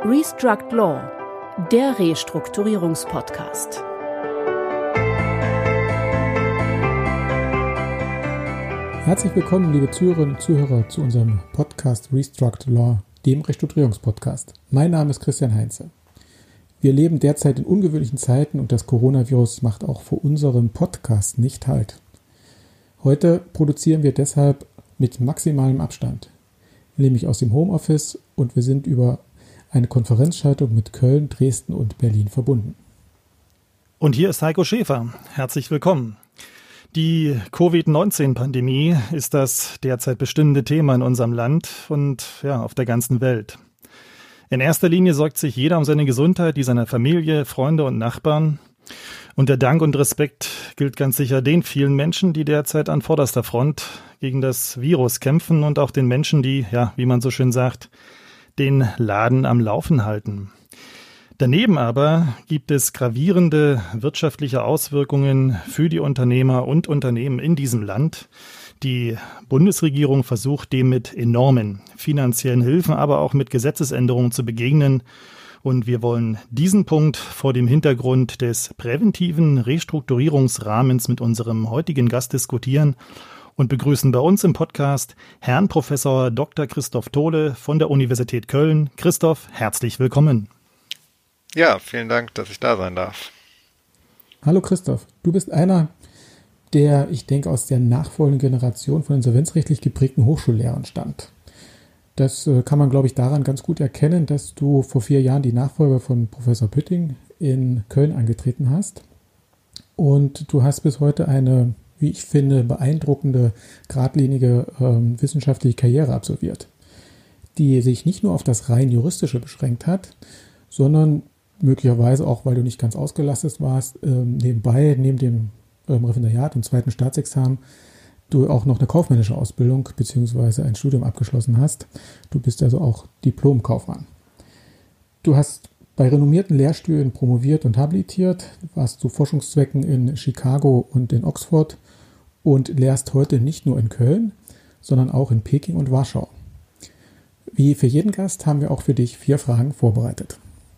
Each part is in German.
Restruct Law, der Restrukturierungspodcast. Herzlich willkommen, liebe Zuhörerinnen und Zuhörer, zu unserem Podcast Restruct Law, dem Restrukturierungspodcast. Mein Name ist Christian Heinze. Wir leben derzeit in ungewöhnlichen Zeiten und das Coronavirus macht auch vor unserem Podcast nicht Halt. Heute produzieren wir deshalb mit maximalem Abstand, nämlich aus dem Homeoffice, und wir sind über eine Konferenzschaltung mit Köln, Dresden und Berlin verbunden. Und hier ist Heiko Schäfer. Herzlich willkommen. Die Covid-19-Pandemie ist das derzeit bestimmende Thema in unserem Land und auf der ganzen Welt. In erster Linie sorgt sich jeder um seine Gesundheit, die seiner Familie, Freunde und Nachbarn. Und der Dank und Respekt gilt ganz sicher den vielen Menschen, die derzeit an vorderster Front gegen das Virus kämpfen, und auch den Menschen, die, wie man so schön sagt, den Laden am Laufen halten. Daneben aber gibt es gravierende wirtschaftliche Auswirkungen für die Unternehmer und Unternehmen in diesem Land. Die Bundesregierung versucht dem mit enormen finanziellen Hilfen, aber auch mit Gesetzesänderungen zu begegnen. Und wir wollen diesen Punkt vor dem Hintergrund des präventiven Restrukturierungsrahmens mit unserem heutigen Gast diskutieren und begrüßen bei uns im Podcast Herrn Professor Dr. Christoph Tole von der Universität Köln. Christoph, herzlich willkommen. Ja, vielen Dank, dass ich da sein darf. Hallo Christoph, du bist einer der, ich denke, aus der nachfolgenden Generation von insolvenzrechtlich geprägten Hochschullehrern stammt. Das kann man, glaube ich, daran ganz gut erkennen, dass du vor 4 Jahren die Nachfolge von Professor Pütting in Köln angetreten hast. Und du hast bis heute eine, wie ich finde, beeindruckende, geradlinige wissenschaftliche Karriere absolviert, die sich nicht nur auf das rein Juristische beschränkt hat, sondern möglicherweise auch, weil du nicht ganz ausgelastet warst, nebenbei, neben dem Referendariat und zweiten Staatsexamen, du auch noch eine kaufmännische Ausbildung bzw. ein Studium abgeschlossen hast. Du bist also auch Diplom-Kaufmann. Du hast bei renommierten Lehrstühlen promoviert und habilitiert, warst zu Forschungszwecken in Chicago und in Oxford und lehrst heute nicht nur in Köln, sondern auch in Peking und Warschau. Wie für jeden Gast haben wir auch für dich 4 Fragen vorbereitet.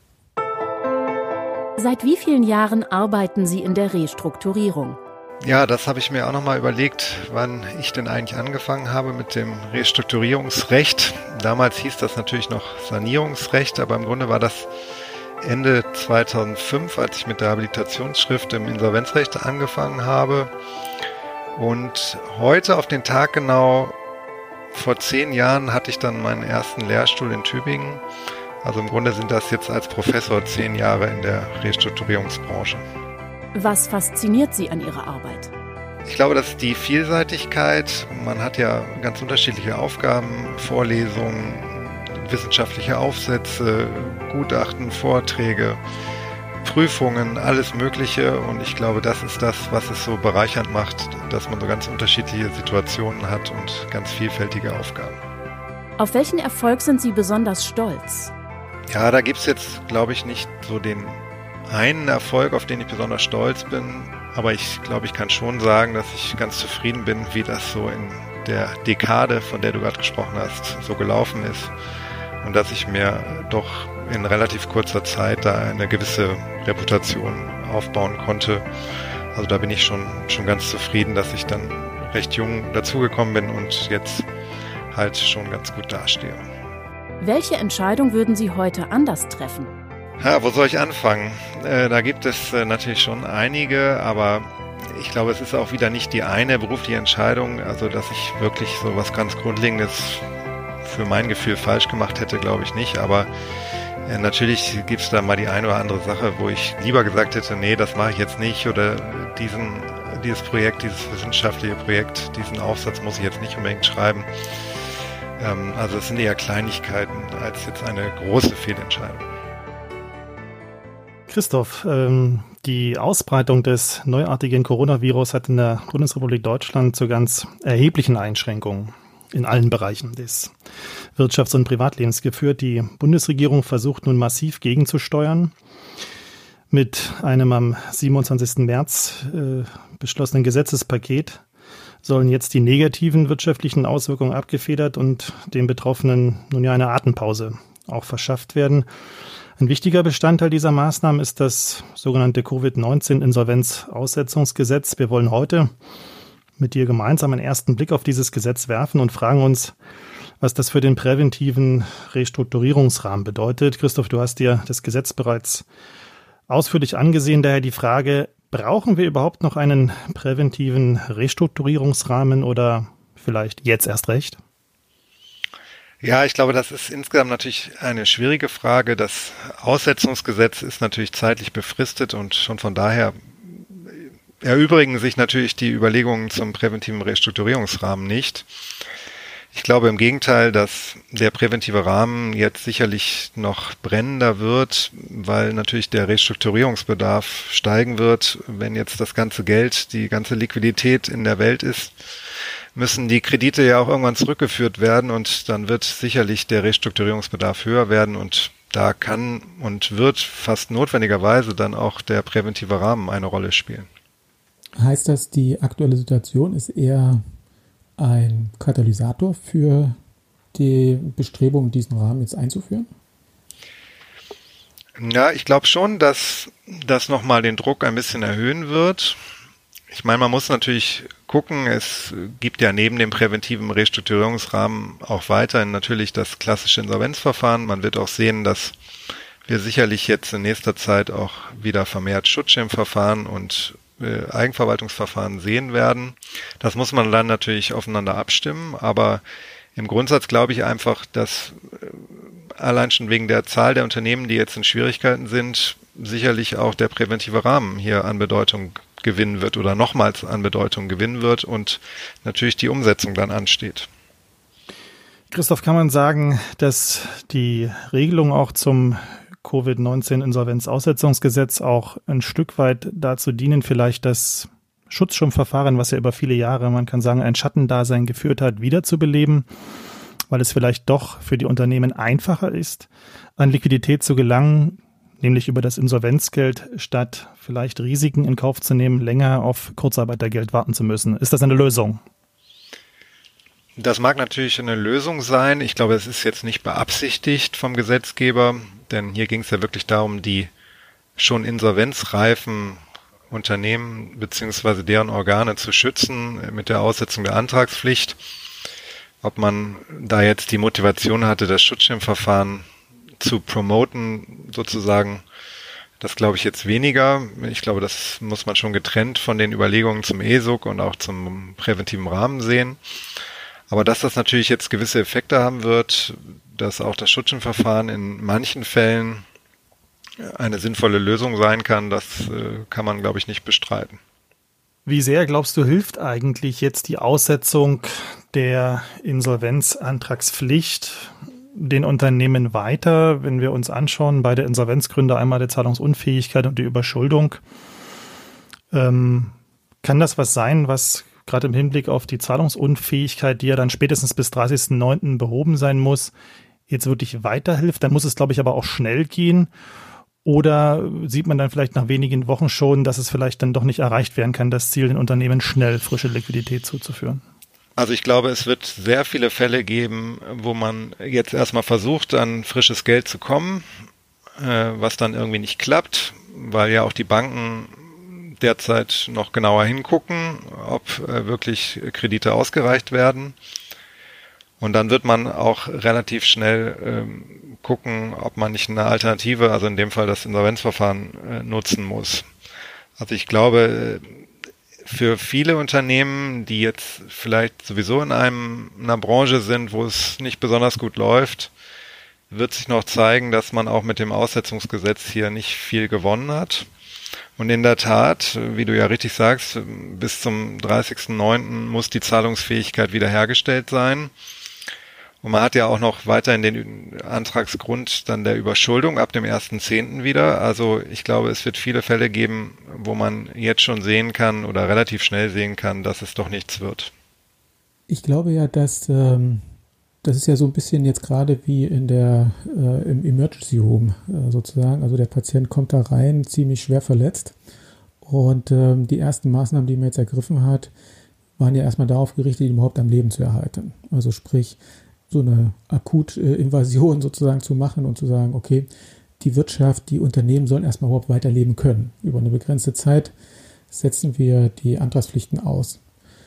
Seit wie vielen Jahren arbeiten Sie in der Restrukturierung? Ja, das habe ich mir auch nochmal überlegt, wann ich denn eigentlich angefangen habe mit dem Restrukturierungsrecht. Damals hieß das natürlich noch Sanierungsrecht, aber im Grunde war das Ende 2005, als ich mit der Habilitationsschrift im Insolvenzrecht angefangen habe. Und heute auf den Tag genau vor 10 Jahren hatte ich dann meinen ersten Lehrstuhl in Tübingen. Also im Grunde sind das jetzt als Professor 10 Jahre in der Restrukturierungsbranche. Was fasziniert Sie an Ihrer Arbeit? Ich glaube, das ist die Vielseitigkeit. Man hat ja ganz unterschiedliche Aufgaben, Vorlesungen, wissenschaftliche Aufsätze, Gutachten, Vorträge, Prüfungen, alles Mögliche. Und ich glaube, das ist das, was es so bereichernd macht, dass man so ganz unterschiedliche Situationen hat und ganz vielfältige Aufgaben. Auf welchen Erfolg sind Sie besonders stolz? Ja, da gibt's jetzt, glaube ich, nicht so den einen Erfolg, auf den ich besonders stolz bin. Aber ich glaube, ich kann schon sagen, dass ich ganz zufrieden bin, wie das so in der Dekade, von der du gerade gesprochen hast, so gelaufen ist. Und dass ich mir doch in relativ kurzer Zeit da eine gewisse Reputation aufbauen konnte. Also da bin ich schon ganz zufrieden, dass ich dann recht jung dazugekommen bin und jetzt halt schon ganz gut dastehe. Welche Entscheidung würden Sie heute anders treffen? Ja, wo soll ich anfangen? Da gibt es natürlich schon einige, aber ich glaube, es ist auch wieder nicht die eine berufliche Entscheidung, also dass ich wirklich so was ganz Grundlegendes für mein Gefühl falsch gemacht hätte, glaube ich nicht, aber natürlich gibt es da mal die eine oder andere Sache, wo ich lieber gesagt hätte, nee, das mache ich jetzt nicht, oder dieses Projekt, dieses wissenschaftliche Projekt, diesen Aufsatz muss ich jetzt nicht unbedingt schreiben. Also es sind eher Kleinigkeiten als jetzt eine große Fehlentscheidung. Christoph, die Ausbreitung des neuartigen Coronavirus hat in der Bundesrepublik Deutschland zu ganz erheblichen Einschränkungen in allen Bereichen des Wirtschafts- und Privatlebens geführt. Die Bundesregierung versucht nun massiv gegenzusteuern. Mit einem am 27. März beschlossenen Gesetzespaket sollen jetzt die negativen wirtschaftlichen Auswirkungen abgefedert und den Betroffenen nun ja eine Atempause auch verschafft werden. Ein wichtiger Bestandteil dieser Maßnahmen ist das sogenannte Covid-19-Insolvenzaussetzungsgesetz. Wir wollen heute mit dir gemeinsam einen ersten Blick auf dieses Gesetz werfen und fragen uns, was das für den präventiven Restrukturierungsrahmen bedeutet. Christoph, du hast dir das Gesetz bereits ausführlich angesehen. Daher die Frage, brauchen wir überhaupt noch einen präventiven Restrukturierungsrahmen oder vielleicht jetzt erst recht? Ja, ich glaube, das ist insgesamt natürlich eine schwierige Frage. Das Aussetzungsgesetz ist natürlich zeitlich befristet und schon von daher erübrigen sich natürlich die Überlegungen zum präventiven Restrukturierungsrahmen nicht. Ich glaube im Gegenteil, dass der präventive Rahmen jetzt sicherlich noch brennender wird, weil natürlich der Restrukturierungsbedarf steigen wird. Wenn jetzt das ganze Geld, die ganze Liquidität in der Welt ist, müssen die Kredite ja auch irgendwann zurückgeführt werden und dann wird sicherlich der Restrukturierungsbedarf höher werden und da kann und wird fast notwendigerweise dann auch der präventive Rahmen eine Rolle spielen. Heißt das, die aktuelle Situation ist eher ein Katalysator für die Bestrebungen, diesen Rahmen jetzt einzuführen? Ja, ich glaube schon, dass das nochmal den Druck ein bisschen erhöhen wird. Ich meine, man muss natürlich gucken, es gibt ja neben dem präventiven Restrukturierungsrahmen auch weiterhin natürlich das klassische Insolvenzverfahren. Man wird auch sehen, dass wir sicherlich jetzt in nächster Zeit auch wieder vermehrt Schutzschirmverfahren und Eigenverwaltungsverfahren sehen werden. Das muss man dann natürlich aufeinander abstimmen, aber im Grundsatz glaube ich einfach, dass allein schon wegen der Zahl der Unternehmen, die jetzt in Schwierigkeiten sind, sicherlich auch der präventive Rahmen hier an Bedeutung gewinnen wird oder nochmals an Bedeutung gewinnen wird und natürlich die Umsetzung dann ansteht. Christoph, kann man sagen, dass die Regelung auch zum Covid-19-Insolvenzaussetzungsgesetz auch ein Stück weit dazu dienen, vielleicht das Schutzschirmverfahren, was ja über viele Jahre, man kann sagen, ein Schattendasein geführt hat, wiederzubeleben, weil es vielleicht doch für die Unternehmen einfacher ist, an Liquidität zu gelangen, nämlich über das Insolvenzgeld, statt vielleicht Risiken in Kauf zu nehmen, länger auf Kurzarbeitergeld warten zu müssen. Ist das eine Lösung? Das mag natürlich eine Lösung sein. Ich glaube, es ist jetzt nicht beabsichtigt vom Gesetzgeber, denn hier ging es ja wirklich darum, die schon insolvenzreifen Unternehmen bzw. deren Organe zu schützen mit der Aussetzung der Antragspflicht. Ob man da jetzt die Motivation hatte, das Schutzschirmverfahren zu promoten, sozusagen, das glaube ich jetzt weniger. Ich glaube, das muss man schon getrennt von den Überlegungen zum ESUG und auch zum präventiven Rahmen sehen. Aber dass das natürlich jetzt gewisse Effekte haben wird, dass auch das Schutzschirmverfahren in manchen Fällen eine sinnvolle Lösung sein kann, das kann man, glaube ich, nicht bestreiten. Wie sehr, glaubst du, hilft eigentlich jetzt die Aussetzung der Insolvenzantragspflicht den Unternehmen weiter, wenn wir uns anschauen, bei der Insolvenzgründe einmal der Zahlungsunfähigkeit und die Überschuldung? Kann das was sein, was gerade im Hinblick auf die Zahlungsunfähigkeit, die ja dann spätestens bis 30.09. behoben sein muss, jetzt wirklich weiterhilft? Dann muss es, glaube ich, aber auch schnell gehen. Oder sieht man dann vielleicht nach wenigen Wochen schon, dass es vielleicht dann doch nicht erreicht werden kann, das Ziel, den Unternehmen schnell frische Liquidität zuzuführen? Also ich glaube, es wird sehr viele Fälle geben, wo man jetzt erstmal versucht, an frisches Geld zu kommen, was dann irgendwie nicht klappt, weil ja auch die Banken derzeit noch genauer hingucken, ob wirklich Kredite ausgereicht werden. Und dann wird man auch relativ schnell gucken, ob man nicht eine Alternative, also in dem Fall das Insolvenzverfahren, nutzen muss. Also ich glaube, für viele Unternehmen, die jetzt vielleicht sowieso in einer Branche sind, wo es nicht besonders gut läuft, wird sich noch zeigen, dass man auch mit dem Aussetzungsgesetz hier nicht viel gewonnen hat. Und in der Tat, wie du ja richtig sagst, bis zum 30.09. muss die Zahlungsfähigkeit wiederhergestellt sein. Und man hat ja auch noch weiterhin den Antragsgrund dann der Überschuldung ab dem 1.10. wieder. Also ich glaube, es wird viele Fälle geben, wo man jetzt schon sehen kann oder relativ schnell sehen kann, dass es doch nichts wird. Ich glaube ja, dass das ist ja so ein bisschen jetzt gerade wie in im Emergency Room sozusagen. Also der Patient kommt da rein, ziemlich schwer verletzt. Und die ersten Maßnahmen, die man jetzt ergriffen hat, waren ja erstmal darauf gerichtet, ihn überhaupt am Leben zu erhalten. Also sprich, so eine Akut-Invasion sozusagen zu machen und zu sagen, okay, die Wirtschaft, die Unternehmen sollen erstmal überhaupt weiterleben können. Über eine begrenzte Zeit setzen wir die Antragspflichten aus.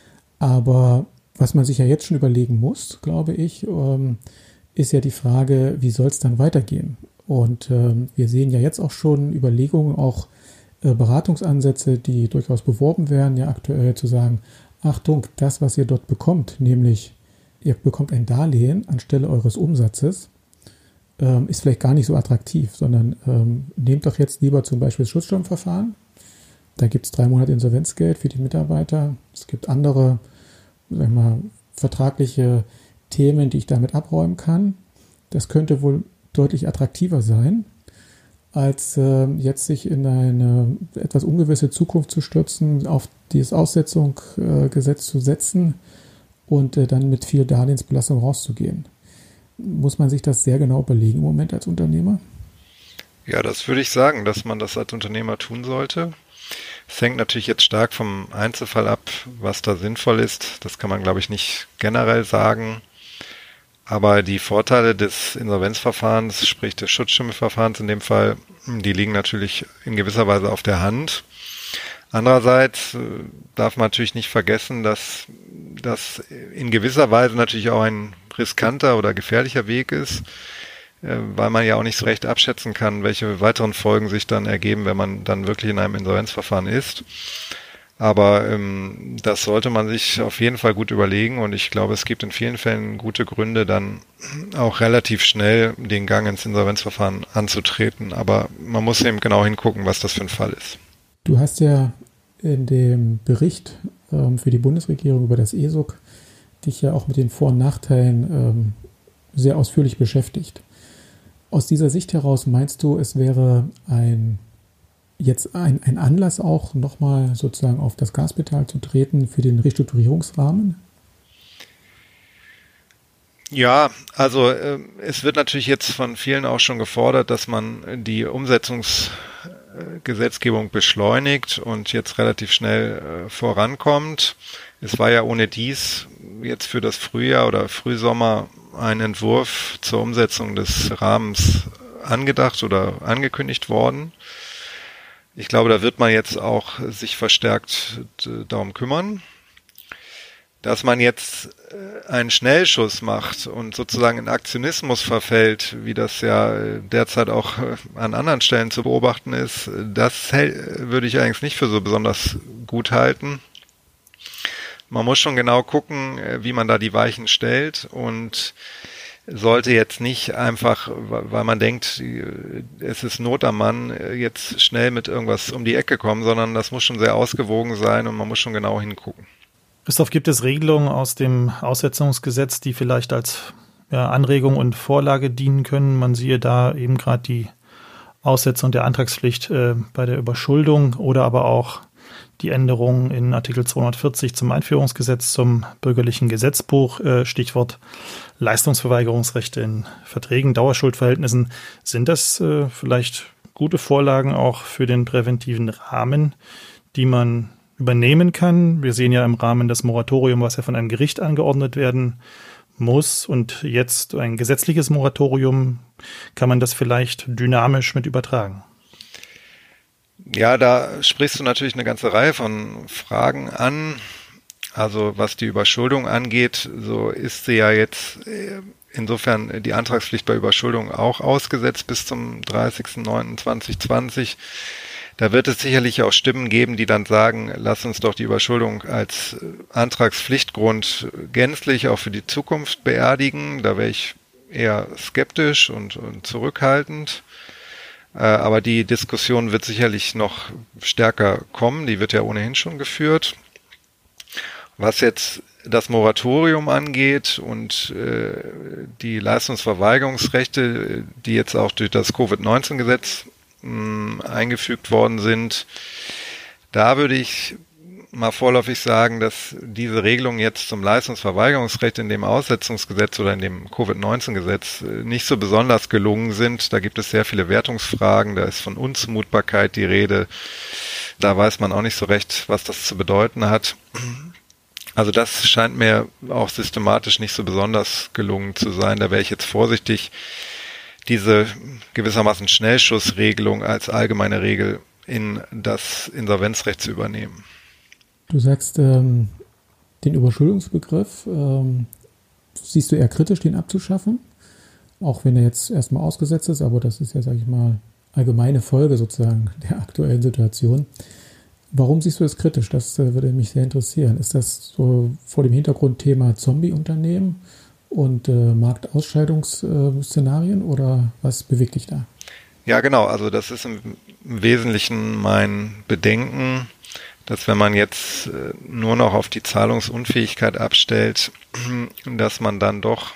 Aber was man sich ja jetzt schon überlegen muss, glaube ich, ist ja die Frage, wie soll es dann weitergehen? Und wir sehen ja jetzt auch schon Überlegungen, auch Beratungsansätze, die durchaus beworben werden, ja aktuell zu sagen, Achtung, das, was ihr dort bekommt, nämlich ihr bekommt ein Darlehen anstelle eures Umsatzes, ist vielleicht gar nicht so attraktiv, sondern nehmt doch jetzt lieber zum Beispiel das Schutzschirmverfahren. Da gibt es 3 Monate Insolvenzgeld für die Mitarbeiter. Es gibt andere, sag ich mal, vertragliche Themen, die ich damit abräumen kann. Das könnte wohl deutlich attraktiver sein, als jetzt sich in eine etwas ungewisse Zukunft zu stürzen, auf dieses Aussetzungsgesetz zu setzen und dann mit viel Darlehensbelastung rauszugehen. Muss man sich das sehr genau überlegen im Moment als Unternehmer? Ja, das würde ich sagen, dass man das als Unternehmer tun sollte. Es hängt natürlich jetzt stark vom Einzelfall ab, was da sinnvoll ist. Das kann man, glaube ich, nicht generell sagen. Aber die Vorteile des Insolvenzverfahrens, sprich des Schutzschirmverfahrens in dem Fall, die liegen natürlich in gewisser Weise auf der Hand. Andererseits darf man natürlich nicht vergessen, dass das in gewisser Weise natürlich auch ein riskanter oder gefährlicher Weg ist, weil man ja auch nicht so recht abschätzen kann, welche weiteren Folgen sich dann ergeben, wenn man dann wirklich in einem Insolvenzverfahren ist. Aber das sollte man sich auf jeden Fall gut überlegen und ich glaube, es gibt in vielen Fällen gute Gründe, dann auch relativ schnell den Gang ins Insolvenzverfahren anzutreten. Aber man muss eben genau hingucken, was das für ein Fall ist. Du hast ja in dem Bericht für die Bundesregierung über das ESOG dich ja auch mit den Vor- und Nachteilen sehr ausführlich beschäftigt. Aus dieser Sicht heraus meinst du, es wäre ein Anlass auch nochmal sozusagen auf das Gaspedal zu treten für den Restrukturierungsrahmen? Ja, also es wird natürlich jetzt von vielen auch schon gefordert, dass man die Umsetzungsgesetzgebung beschleunigt und jetzt relativ schnell vorankommt. Es war ja ohne dies jetzt für das Frühjahr oder Frühsommer ein Entwurf zur Umsetzung des Rahmens angedacht oder angekündigt worden. Ich glaube, da wird man jetzt auch sich verstärkt darum kümmern. Dass man jetzt einen Schnellschuss macht und sozusagen in Aktionismus verfällt, wie das ja derzeit auch an anderen Stellen zu beobachten ist, das würde ich eigentlich nicht für so besonders gut halten. Man muss schon genau gucken, wie man da die Weichen stellt und sollte jetzt nicht einfach, weil man denkt, es ist Not am Mann, jetzt schnell mit irgendwas um die Ecke kommen, sondern das muss schon sehr ausgewogen sein und man muss schon genau hingucken. Christoph, gibt es Regelungen aus dem Aussetzungsgesetz, die vielleicht als Anregung und Vorlage dienen können? Man siehe da eben gerade die Aussetzung der Antragspflicht bei der Überschuldung oder aber auch die Änderungen in Artikel 240 zum Einführungsgesetz zum bürgerlichen Gesetzbuch, Stichwort Leistungsverweigerungsrechte in Verträgen, Dauerschuldverhältnissen. Sind das vielleicht gute Vorlagen auch für den präventiven Rahmen, die man übernehmen kann? Wir sehen ja im Rahmen das Moratorium, was ja von einem Gericht angeordnet werden muss und jetzt ein gesetzliches Moratorium. Kann man das vielleicht dynamisch mit übertragen? Ja, da sprichst du natürlich eine ganze Reihe von Fragen an. Also was die Überschuldung angeht, so ist sie ja jetzt insofern die Antragspflicht bei Überschuldung auch ausgesetzt bis zum 30.09.2020. Da wird es sicherlich auch Stimmen geben, die dann sagen, lass uns doch die Überschuldung als Antragspflichtgrund gänzlich auch für die Zukunft beerdigen. Da wäre ich eher skeptisch und zurückhaltend. Aber die Diskussion wird sicherlich noch stärker kommen. Die wird ja ohnehin schon geführt. Was jetzt das Moratorium angeht und die Leistungsverweigerungsrechte, die jetzt auch durch das Covid-19-Gesetz eingefügt worden sind, da würde ich mal vorläufig sagen, dass diese Regelungen jetzt zum Leistungsverweigerungsrecht in dem Aussetzungsgesetz oder in dem Covid-19-Gesetz nicht so besonders gelungen sind. Da gibt es sehr viele Wertungsfragen, da ist von Unzumutbarkeit die Rede. Da weiß man auch nicht so recht, was das zu bedeuten hat. Also das scheint mir auch systematisch nicht so besonders gelungen zu sein. Da wäre ich jetzt vorsichtig, diese gewissermaßen Schnellschussregelung als allgemeine Regel in das Insolvenzrecht zu übernehmen. Du sagst, den Überschuldungsbegriff siehst du eher kritisch, den abzuschaffen, auch wenn er jetzt erstmal ausgesetzt ist, aber das ist ja, sage ich mal, allgemeine Folge sozusagen der aktuellen Situation. Warum siehst du das kritisch? Das würde mich sehr interessieren. Ist das so vor dem Hintergrund Thema Zombie-Unternehmen und Marktausscheidungsszenarien oder was bewegt dich da? Ja, genau. Also das ist im Wesentlichen mein Bedenken, dass wenn man jetzt nur noch auf die Zahlungsunfähigkeit abstellt, dass man dann doch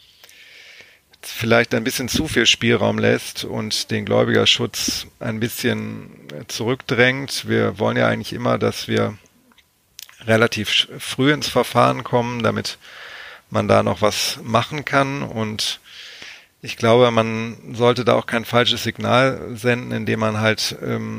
vielleicht ein bisschen zu viel Spielraum lässt und den Gläubigerschutz ein bisschen zurückdrängt. Wir wollen ja eigentlich immer, dass wir relativ früh ins Verfahren kommen, damit man da noch was machen kann. Und ich glaube, man sollte da auch kein falsches Signal senden, indem man halt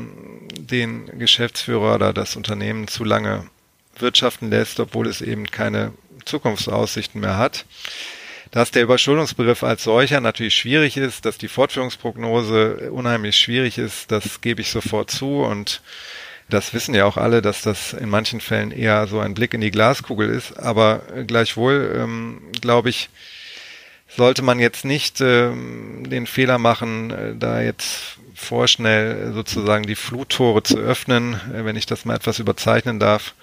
den Geschäftsführer oder das Unternehmen zu lange wirtschaften lässt, obwohl es eben keine Zukunftsaussichten mehr hat. Dass der Überschuldungsbegriff als solcher natürlich schwierig ist, dass die Fortführungsprognose unheimlich schwierig ist, das gebe ich sofort zu und das wissen ja auch alle, dass das in manchen Fällen eher so ein Blick in die Glaskugel ist, aber gleichwohl, glaube ich, sollte man jetzt nicht den Fehler machen, da jetzt vorschnell sozusagen die Fluttore zu öffnen, wenn ich das mal etwas überzeichnen darf.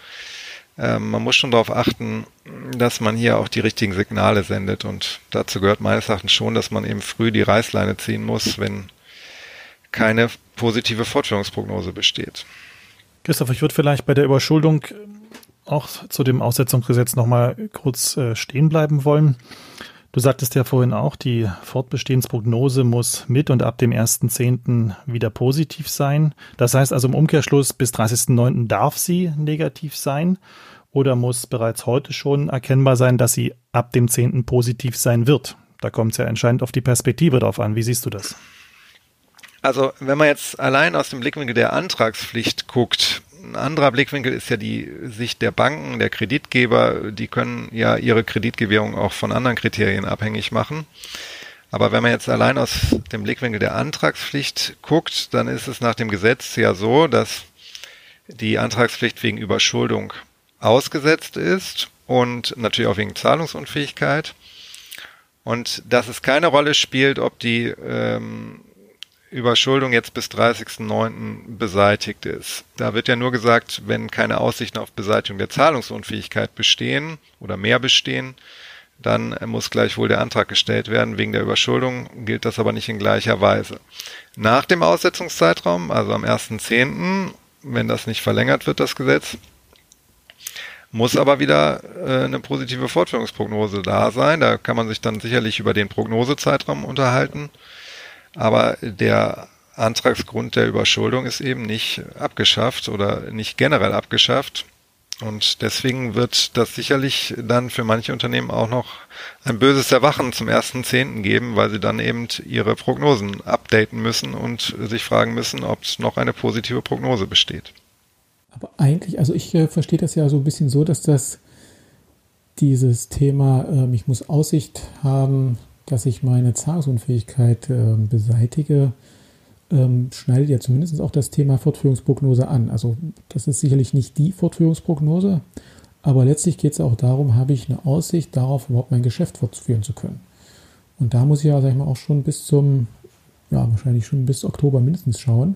Man muss schon darauf achten, dass man hier auch die richtigen Signale sendet und dazu gehört meines Erachtens schon, dass man eben früh die Reißleine ziehen muss, wenn keine positive Fortführungsprognose besteht. Christoph, ich würde vielleicht bei der Überschuldung auch zu dem Aussetzungsgesetz nochmal kurz stehen bleiben wollen. Du sagtest ja vorhin auch, die Fortbestehensprognose muss mit und ab dem 1.10. wieder positiv sein. Das heißt also im Umkehrschluss, bis 30.09. darf sie negativ sein oder muss bereits heute schon erkennbar sein, dass sie ab dem 10. positiv sein wird? Da kommt es ja entscheidend auf die Perspektive drauf an. Wie siehst du das? Also wenn man jetzt allein aus dem Blickwinkel der Antragspflicht guckt, ein anderer Blickwinkel ist ja die Sicht der Banken, der Kreditgeber, die können ja ihre Kreditgewährung auch von anderen Kriterien abhängig machen. Aber wenn man jetzt allein aus dem Blickwinkel der Antragspflicht guckt, dann ist es nach dem Gesetz ja so, dass die Antragspflicht wegen Überschuldung ausgesetzt ist und natürlich auch wegen Zahlungsunfähigkeit. Und dass es keine Rolle spielt, ob die Überschuldung jetzt bis 30.09. beseitigt ist. Da wird ja nur gesagt, wenn keine Aussichten auf Beseitigung der Zahlungsunfähigkeit bestehen oder mehr bestehen, dann muss gleichwohl der Antrag gestellt werden. Wegen der Überschuldung gilt das aber nicht in gleicher Weise. Nach dem Aussetzungszeitraum, also am 1.10., wenn das nicht verlängert wird, das Gesetz, muss aber wieder eine positive Fortführungsprognose da sein. Da kann man sich dann sicherlich über den Prognosezeitraum unterhalten. Aber der Antragsgrund der Überschuldung ist eben nicht abgeschafft oder nicht generell abgeschafft. Und deswegen wird das sicherlich dann für manche Unternehmen auch noch ein böses Erwachen zum 1.10. geben, weil sie dann eben ihre Prognosen updaten müssen und sich fragen müssen, ob es noch eine positive Prognose besteht. Aber eigentlich, also ich verstehe das ja so ein bisschen so, dass dieses Thema, ich muss Aussicht haben, dass ich meine Zahlungsunfähigkeit beseitige, schneidet ja zumindest auch das Thema Fortführungsprognose an. Also das ist sicherlich nicht die Fortführungsprognose, aber letztlich geht es auch darum, habe ich eine Aussicht darauf, überhaupt mein Geschäft fortführen zu können. Und da muss ich ja, sag ich mal, auch schon wahrscheinlich schon bis Oktober mindestens schauen.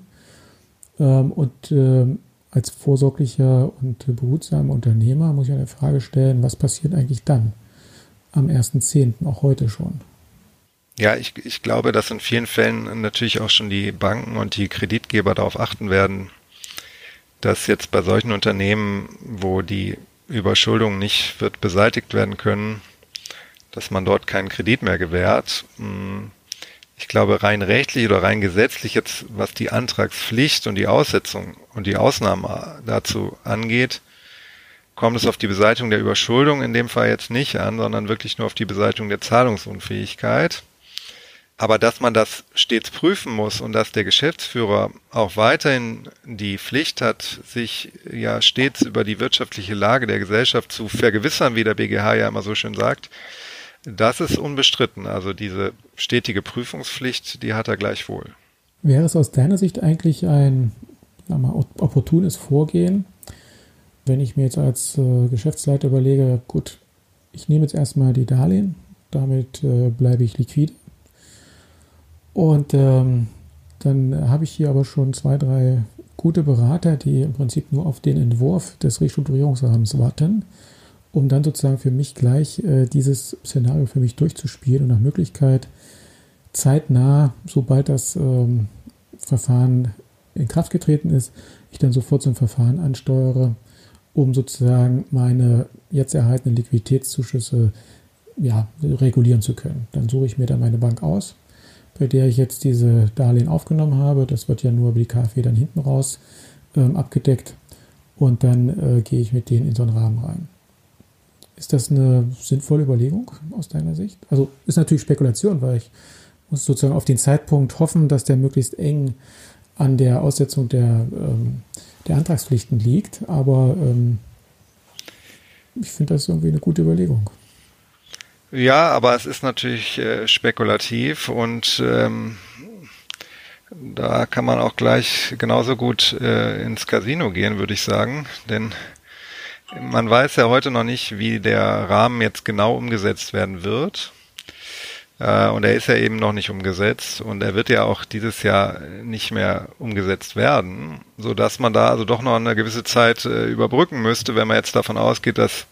Als vorsorglicher und behutsamer Unternehmer muss ich eine Frage stellen, was passiert eigentlich dann am 1.10., auch heute schon? Ja, ich glaube, dass in vielen Fällen natürlich auch schon die Banken und die Kreditgeber darauf achten werden, dass jetzt bei solchen Unternehmen, wo die Überschuldung nicht wird beseitigt werden können, dass man dort keinen Kredit mehr gewährt. Ich glaube, rein rechtlich oder rein gesetzlich jetzt, was die Antragspflicht und die Aussetzung und die Ausnahmen dazu angeht, kommt es auf die Beseitigung der Überschuldung in dem Fall jetzt nicht an, sondern wirklich nur auf die Beseitigung der Zahlungsunfähigkeit. Aber dass man das stets prüfen muss und dass der Geschäftsführer auch weiterhin die Pflicht hat, sich ja stets über die wirtschaftliche Lage der Gesellschaft zu vergewissern, wie der BGH ja immer so schön sagt, das ist unbestritten. Also diese stetige Prüfungspflicht, die hat er gleichwohl. Wäre es aus deiner Sicht eigentlich ein opportunes Vorgehen, wenn ich mir jetzt als Geschäftsleiter überlege, gut, ich nehme jetzt erstmal die Darlehen, damit bleibe ich liquide. Und dann habe ich hier aber schon 2, 3 gute Berater, die im Prinzip nur auf den Entwurf des Restrukturierungsrahmens warten, um dann sozusagen für mich gleich dieses Szenario für mich durchzuspielen und nach Möglichkeit zeitnah, sobald das Verfahren in Kraft getreten ist, ich dann sofort so ein Verfahren ansteuere, um sozusagen meine jetzt erhaltenen Liquiditätszuschüsse regulieren zu können. Dann suche ich mir dann meine Bank aus, bei der ich jetzt diese Darlehen aufgenommen habe. Das wird ja nur über die KfW dann hinten raus abgedeckt. Und dann gehe ich mit denen in so einen Rahmen rein. Ist das eine sinnvolle Überlegung aus deiner Sicht? Also ist natürlich Spekulation, weil ich muss sozusagen auf den Zeitpunkt hoffen, dass der möglichst eng an der Aussetzung der Antragspflichten liegt. Aber ich finde das irgendwie eine gute Überlegung. Ja, aber es ist natürlich spekulativ und da kann man auch gleich genauso gut ins Casino gehen, würde ich sagen. Denn man weiß ja heute noch nicht, wie der Rahmen jetzt genau umgesetzt werden wird. Und er ist ja eben noch nicht umgesetzt und er wird ja auch dieses Jahr nicht mehr umgesetzt werden, sodass man da also doch noch eine gewisse Zeit überbrücken müsste, wenn man jetzt davon ausgeht, dass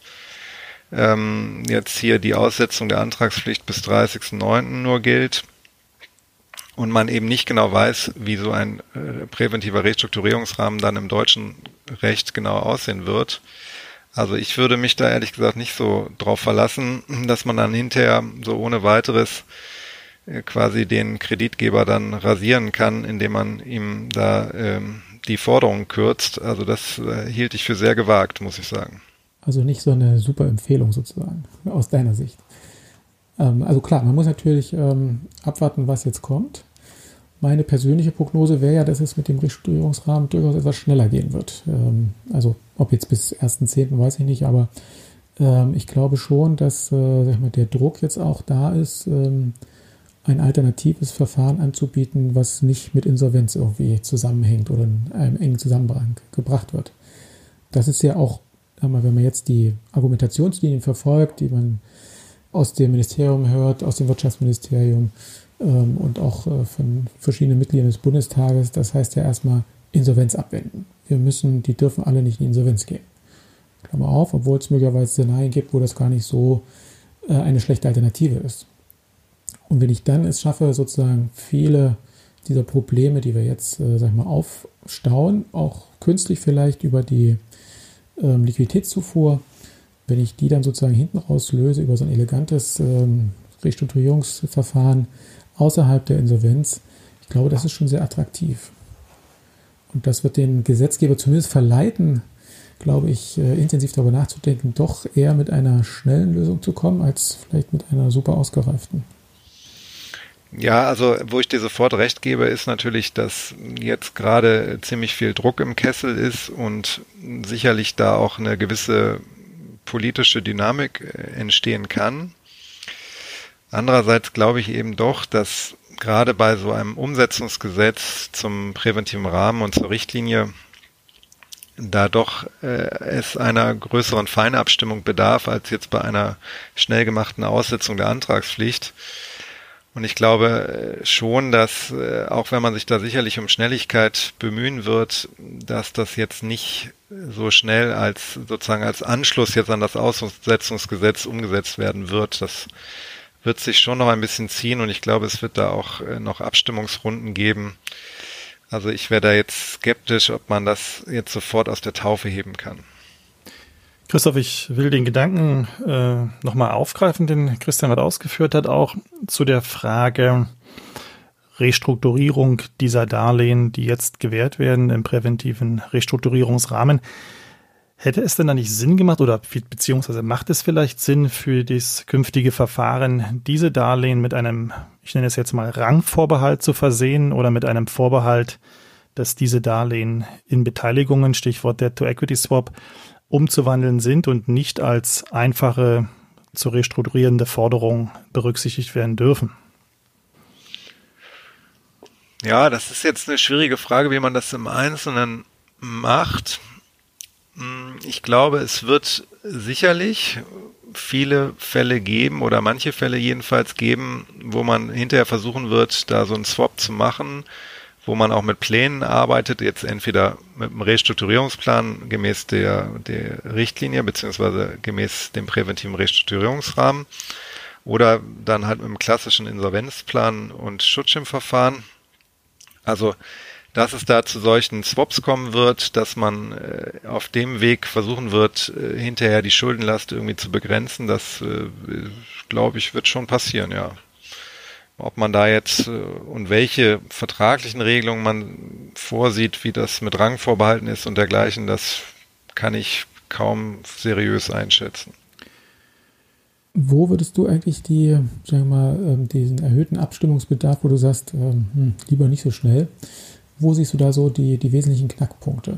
jetzt hier die Aussetzung der Antragspflicht bis 30.09. nur gilt und man eben nicht genau weiß, wie so ein präventiver Restrukturierungsrahmen dann im deutschen Recht genau aussehen wird. Also ich würde mich da ehrlich gesagt nicht so drauf verlassen, dass man dann hinterher so ohne weiteres quasi den Kreditgeber dann rasieren kann, indem man ihm da die Forderungen kürzt. Also das hielt ich für sehr gewagt, muss ich sagen. Also nicht so eine super Empfehlung sozusagen, aus deiner Sicht. Also klar, man muss natürlich abwarten, was jetzt kommt. Meine persönliche Prognose wäre ja, dass es mit dem Restrukturierungsrahmen durchaus etwas schneller gehen wird. Also ob jetzt bis 1.10. weiß ich nicht, aber ich glaube schon, dass der Druck jetzt auch da ist, ein alternatives Verfahren anzubieten, was nicht mit Insolvenz irgendwie zusammenhängt oder in einem engen Zusammenhang gebracht wird. Das ist ja auch, wenn man jetzt die Argumentationslinien verfolgt, die man aus dem Ministerium hört, aus dem Wirtschaftsministerium und auch von verschiedenen Mitgliedern des Bundestages, das heißt ja erstmal Insolvenz abwenden. Die dürfen alle nicht in Insolvenz gehen. Klammer auf, obwohl es möglicherweise Szenarien gibt, wo das gar nicht so eine schlechte Alternative ist. Und wenn ich dann es schaffe, sozusagen viele dieser Probleme, die wir jetzt, aufstauen, auch künstlich vielleicht über die Liquiditätszufuhr, wenn ich die dann sozusagen hinten raus löse über so ein elegantes Restrukturierungsverfahren außerhalb der Insolvenz, ich glaube, das ist schon sehr attraktiv. Und das wird den Gesetzgeber zumindest verleiten, glaube ich, intensiv darüber nachzudenken, doch eher mit einer schnellen Lösung zu kommen, als vielleicht mit einer super ausgereiften. Ja, also wo ich dir sofort recht gebe, ist natürlich, dass jetzt gerade ziemlich viel Druck im Kessel ist und sicherlich da auch eine gewisse politische Dynamik entstehen kann. Andererseits glaube ich eben doch, dass gerade bei so einem Umsetzungsgesetz zum präventiven Rahmen und zur Richtlinie da doch es einer größeren Feinabstimmung bedarf als jetzt bei einer schnell gemachten Aussetzung der Antragspflicht. Und ich glaube schon, dass auch wenn man sich da sicherlich um Schnelligkeit bemühen wird, dass das jetzt nicht so schnell als sozusagen als Anschluss jetzt an das Aussetzungsgesetz umgesetzt werden wird. Das wird sich schon noch ein bisschen ziehen und ich glaube, es wird da auch noch Abstimmungsrunden geben. Also ich wäre da jetzt skeptisch, ob man das jetzt sofort aus der Taufe heben kann. Christoph, ich will den Gedanken nochmal aufgreifen, den Christian gerade ausgeführt hat, auch zu der Frage Restrukturierung dieser Darlehen, die jetzt gewährt werden im präventiven Restrukturierungsrahmen. Hätte es denn da nicht Sinn gemacht oder beziehungsweise macht es vielleicht Sinn für das künftige Verfahren, diese Darlehen mit einem, ich nenne es jetzt mal Rangvorbehalt zu versehen oder mit einem Vorbehalt, dass diese Darlehen in Beteiligungen, Stichwort Debt-to-Equity-Swap, umzuwandeln sind und nicht als einfache zu restrukturierende Forderung berücksichtigt werden dürfen? Ja, das ist jetzt eine schwierige Frage, wie man das im Einzelnen macht. Ich glaube, es wird sicherlich viele Fälle geben oder manche Fälle jedenfalls geben, wo man hinterher versuchen wird, da so einen Swap zu machen, wo man auch mit Plänen arbeitet, jetzt entweder mit einem Restrukturierungsplan gemäß der Richtlinie beziehungsweise gemäß dem präventiven Restrukturierungsrahmen oder dann halt mit einem klassischen Insolvenzplan und Schutzschirmverfahren. Also dass es da zu solchen Swaps kommen wird, dass man auf dem Weg versuchen wird, hinterher die Schuldenlast irgendwie zu begrenzen, das, glaube ich, wird schon passieren, ja. Ob man da jetzt und welche vertraglichen Regelungen man vorsieht, wie das mit Rangvorbehalten ist und dergleichen, das kann ich kaum seriös einschätzen. Wo würdest du eigentlich sagen wir mal, diesen erhöhten Abstimmungsbedarf, wo du sagst, lieber nicht so schnell, wo siehst du da so die wesentlichen Knackpunkte?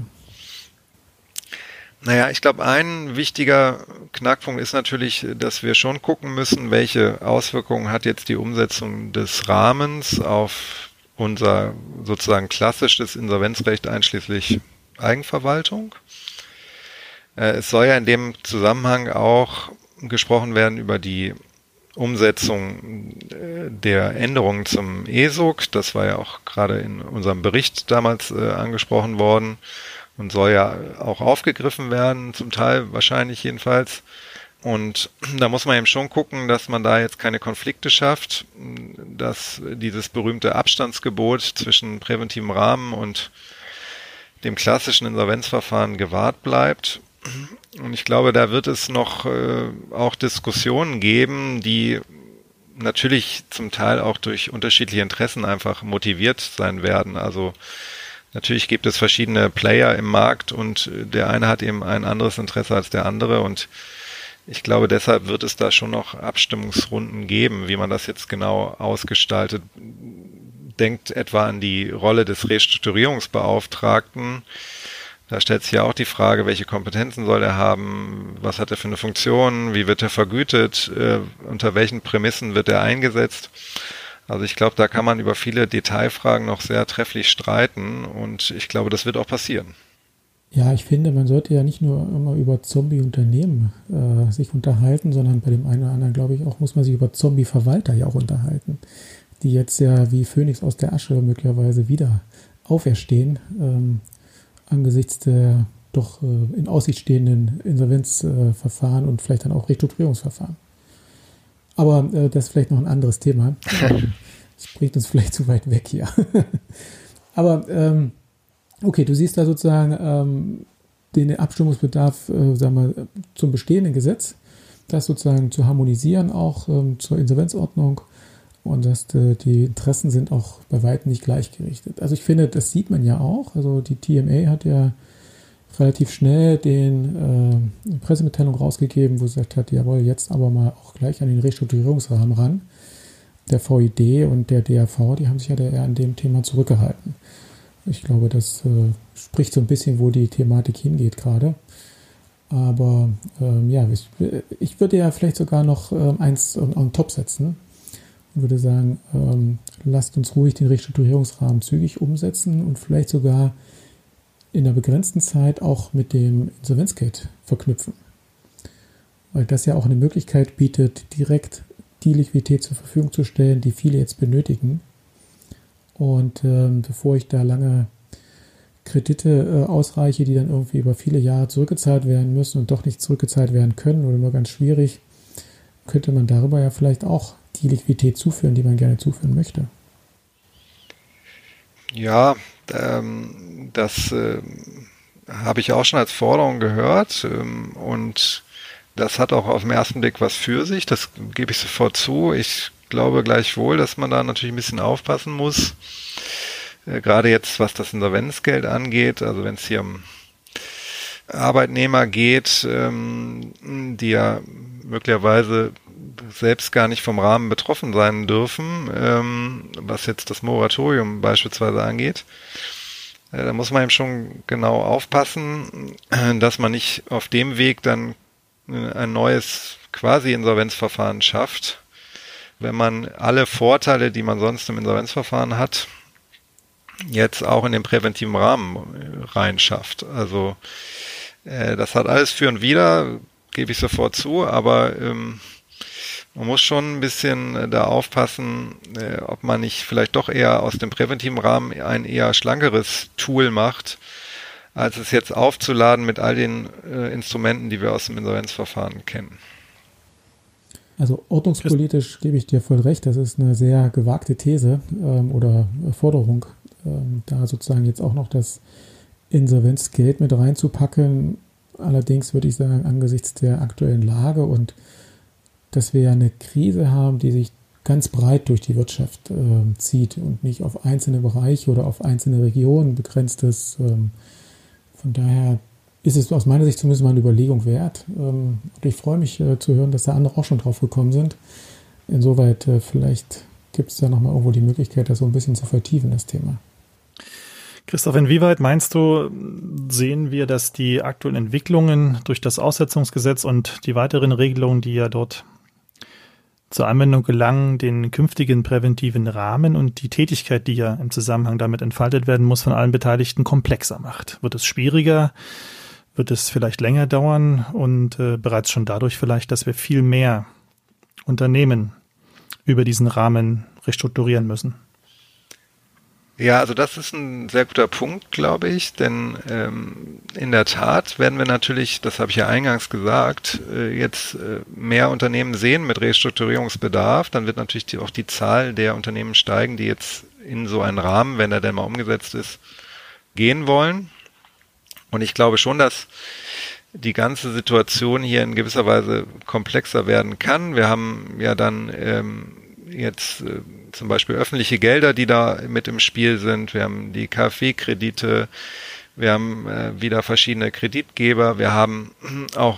Naja, ich glaube, ein wichtiger Knackpunkt ist natürlich, dass wir schon gucken müssen, welche Auswirkungen hat jetzt die Umsetzung des Rahmens auf unser sozusagen klassisches Insolvenzrecht einschließlich Eigenverwaltung. Es soll ja in dem Zusammenhang auch gesprochen werden über die Umsetzung der Änderungen zum ESOG. Das war ja auch gerade in unserem Bericht damals angesprochen worden und soll ja auch aufgegriffen werden, zum Teil wahrscheinlich jedenfalls. Und da muss man eben schon gucken, dass man da jetzt keine Konflikte schafft, dass dieses berühmte Abstandsgebot zwischen präventivem Rahmen und dem klassischen Insolvenzverfahren gewahrt bleibt. Und ich glaube, da wird es noch auch Diskussionen geben, die natürlich zum Teil auch durch unterschiedliche Interessen einfach motiviert sein werden. Also natürlich gibt es verschiedene Player im Markt und der eine hat eben ein anderes Interesse als der andere und ich glaube, deshalb wird es da schon noch Abstimmungsrunden geben, wie man das jetzt genau ausgestaltet. Denkt etwa an die Rolle des Restrukturierungsbeauftragten. Da stellt sich ja auch die Frage, welche Kompetenzen soll er haben, was hat er für eine Funktion, wie wird er vergütet, unter welchen Prämissen wird er eingesetzt. Also ich glaube, da kann man über viele Detailfragen noch sehr trefflich streiten und ich glaube, das wird auch passieren. Ja, ich finde, man sollte ja nicht nur immer über Zombie-Unternehmen sich unterhalten, sondern bei dem einen oder anderen, glaube ich, auch muss man sich über Zombie-Verwalter ja auch unterhalten, die jetzt ja wie Phönix aus der Asche möglicherweise wieder auferstehen, angesichts der doch in Aussicht stehenden Insolvenzverfahren und vielleicht dann auch Restrukturierungsverfahren. Aber das ist vielleicht noch ein anderes Thema. Das bringt uns vielleicht zu weit weg hier. Aber okay, du siehst da sozusagen den Abstimmungsbedarf sagen wir, zum bestehenden Gesetz, das sozusagen zu harmonisieren auch zur Insolvenzordnung und dass die Interessen sind auch bei weitem nicht gleichgerichtet. Also ich finde, das sieht man ja auch. Also die TMA hat ja relativ schnell eine Pressemitteilung rausgegeben, wo sie gesagt hat, jawohl, jetzt aber mal auch gleich an den Restrukturierungsrahmen ran. Der VID und der DAV, die haben sich ja eher an dem Thema zurückgehalten. Ich glaube, das spricht so ein bisschen, wo die Thematik hingeht gerade. Aber ja, ich würde ja vielleicht sogar noch eins on top setzen und würde sagen, lasst uns ruhig den Restrukturierungsrahmen zügig umsetzen und vielleicht sogar in einer begrenzten Zeit auch mit dem Insolvenzgeld verknüpfen. Weil das ja auch eine Möglichkeit bietet, direkt die Liquidität zur Verfügung zu stellen, die viele jetzt benötigen. Und bevor ich da lange Kredite ausreiche, die dann irgendwie über viele Jahre zurückgezahlt werden müssen und doch nicht zurückgezahlt werden können oder nur ganz schwierig, könnte man darüber ja vielleicht auch die Liquidität zuführen, die man gerne zuführen möchte. Ja, das habe ich auch schon als Forderung gehört und das hat auch auf den ersten Blick was für sich, das gebe ich sofort zu. Ich glaube gleichwohl, dass man da natürlich ein bisschen aufpassen muss, gerade jetzt, was das Insolvenzgeld angeht, also wenn es hier um Arbeitnehmer geht, die ja möglicherweise selbst gar nicht vom Rahmen betroffen sein dürfen, was jetzt das Moratorium beispielsweise angeht. Da muss man eben schon genau aufpassen, dass man nicht auf dem Weg dann ein neues Quasi-Insolvenzverfahren schafft, wenn man alle Vorteile, die man sonst im Insolvenzverfahren hat, jetzt auch in den präventiven Rahmen reinschafft. Also das hat alles für und wider, gebe ich sofort zu, aber man muss schon ein bisschen da aufpassen, ob man nicht vielleicht doch eher aus dem präventiven Rahmen ein eher schlankeres Tool macht, als es jetzt aufzuladen mit all den Instrumenten, die wir aus dem Insolvenzverfahren kennen. Also ordnungspolitisch gebe ich dir voll recht, das ist eine sehr gewagte These oder Forderung, da sozusagen jetzt auch noch das Insolvenzgeld mit reinzupacken. Allerdings würde ich sagen, angesichts der aktuellen Lage und dass wir ja eine Krise haben, die sich ganz breit durch die Wirtschaft zieht und nicht auf einzelne Bereiche oder auf einzelne Regionen begrenzt ist. Von daher ist es aus meiner Sicht zumindest mal eine Überlegung wert. Und ich freue mich zu hören, dass da andere auch schon drauf gekommen sind. Insoweit vielleicht gibt es da nochmal irgendwo die Möglichkeit, das so ein bisschen zu vertiefen, das Thema. Christoph, inwieweit meinst du, sehen wir, dass die aktuellen Entwicklungen durch das Aussetzungsgesetz und die weiteren Regelungen, die ja dort zur Anwendung gelangen, den künftigen präventiven Rahmen und die Tätigkeit, die ja im Zusammenhang damit entfaltet werden muss, von allen Beteiligten komplexer macht? Wird es schwieriger? Wird es vielleicht länger dauern? Und bereits schon dadurch vielleicht, dass wir viel mehr Unternehmen über diesen Rahmen restrukturieren müssen? Ja, also das ist ein sehr guter Punkt, glaube ich, denn in der Tat werden wir natürlich, das habe ich ja eingangs gesagt, jetzt mehr Unternehmen sehen mit Restrukturierungsbedarf. Dann wird natürlich auch die Zahl der Unternehmen steigen, die jetzt in so einen Rahmen, wenn er denn mal umgesetzt ist, gehen wollen. Und ich glaube schon, dass die ganze Situation hier in gewisser Weise komplexer werden kann. Wir haben ja dann jetzt zum Beispiel öffentliche Gelder, die da mit im Spiel sind. Wir haben die KfW-Kredite, wir haben wieder verschiedene Kreditgeber, wir haben auch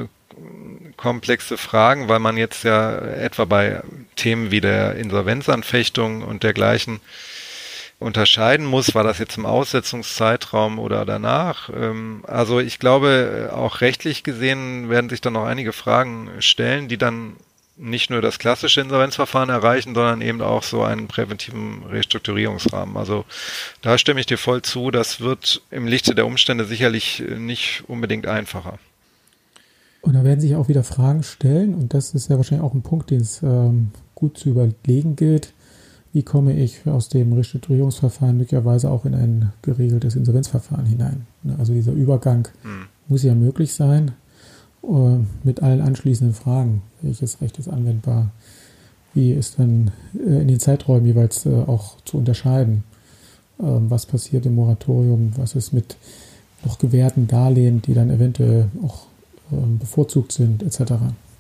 komplexe Fragen, weil man jetzt ja etwa bei Themen wie der Insolvenzanfechtung und dergleichen unterscheiden muss, war das jetzt im Aussetzungszeitraum oder danach. Also ich glaube, auch rechtlich gesehen werden sich dann noch einige Fragen stellen, die dann nicht nur das klassische Insolvenzverfahren erreichen, sondern eben auch so einen präventiven Restrukturierungsrahmen. Also da stimme ich dir voll zu, das wird im Lichte der Umstände sicherlich nicht unbedingt einfacher. Und da werden sich auch wieder Fragen stellen und das ist ja wahrscheinlich auch ein Punkt, den es gut zu überlegen gilt. Wie komme ich aus dem Restrukturierungsverfahren möglicherweise auch in ein geregeltes Insolvenzverfahren hinein? Also dieser Übergang muss ja möglich sein. Mit allen anschließenden Fragen. Welches Recht ist anwendbar? Wie ist dann in den Zeiträumen jeweils auch zu unterscheiden? Was passiert im Moratorium? Was ist mit noch gewährten Darlehen, die dann eventuell auch bevorzugt sind, etc.?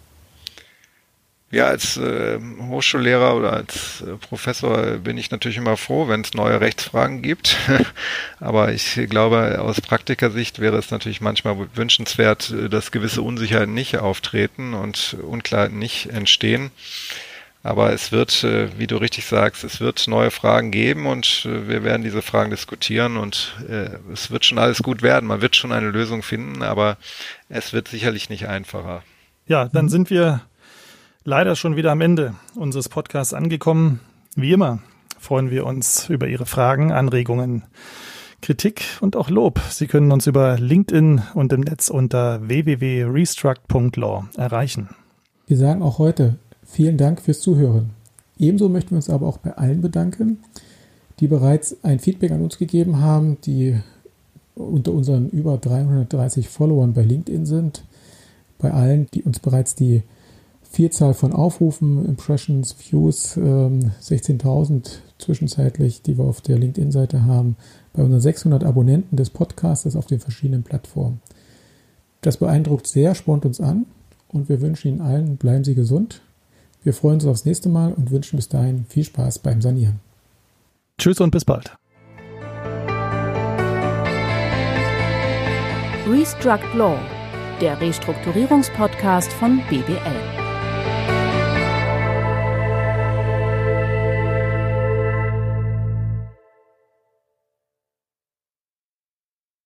Ja, als Hochschullehrer oder als Professor bin ich natürlich immer froh, wenn es neue Rechtsfragen gibt. Aber ich glaube, aus Praktikersicht wäre es natürlich manchmal wünschenswert, dass gewisse Unsicherheiten nicht auftreten und Unklarheiten nicht entstehen. Aber es wird, wie du richtig sagst, es wird neue Fragen geben und wir werden diese Fragen diskutieren und es wird schon alles gut werden. Man wird schon eine Lösung finden, aber es wird sicherlich nicht einfacher. Ja, dann sind wir leider schon wieder am Ende unseres Podcasts angekommen. Wie immer freuen wir uns über Ihre Fragen, Anregungen, Kritik und auch Lob. Sie können uns über LinkedIn und im Netz unter www.restruct.law erreichen. Wir sagen auch heute vielen Dank fürs Zuhören. Ebenso möchten wir uns aber auch bei allen bedanken, die bereits ein Feedback an uns gegeben haben, die unter unseren über 330 Followern bei LinkedIn sind. Bei allen, die uns bereits die Vielzahl von Aufrufen, Impressions, Views, 16.000 zwischenzeitlich, die wir auf der LinkedIn-Seite haben, bei unseren 600 Abonnenten des Podcasts auf den verschiedenen Plattformen. Das beeindruckt sehr, spornt uns an und wir wünschen Ihnen allen, bleiben Sie gesund. Wir freuen uns aufs nächste Mal und wünschen bis dahin viel Spaß beim Sanieren. Tschüss und bis bald. Restruct Law, der Restrukturierungspodcast von BBL.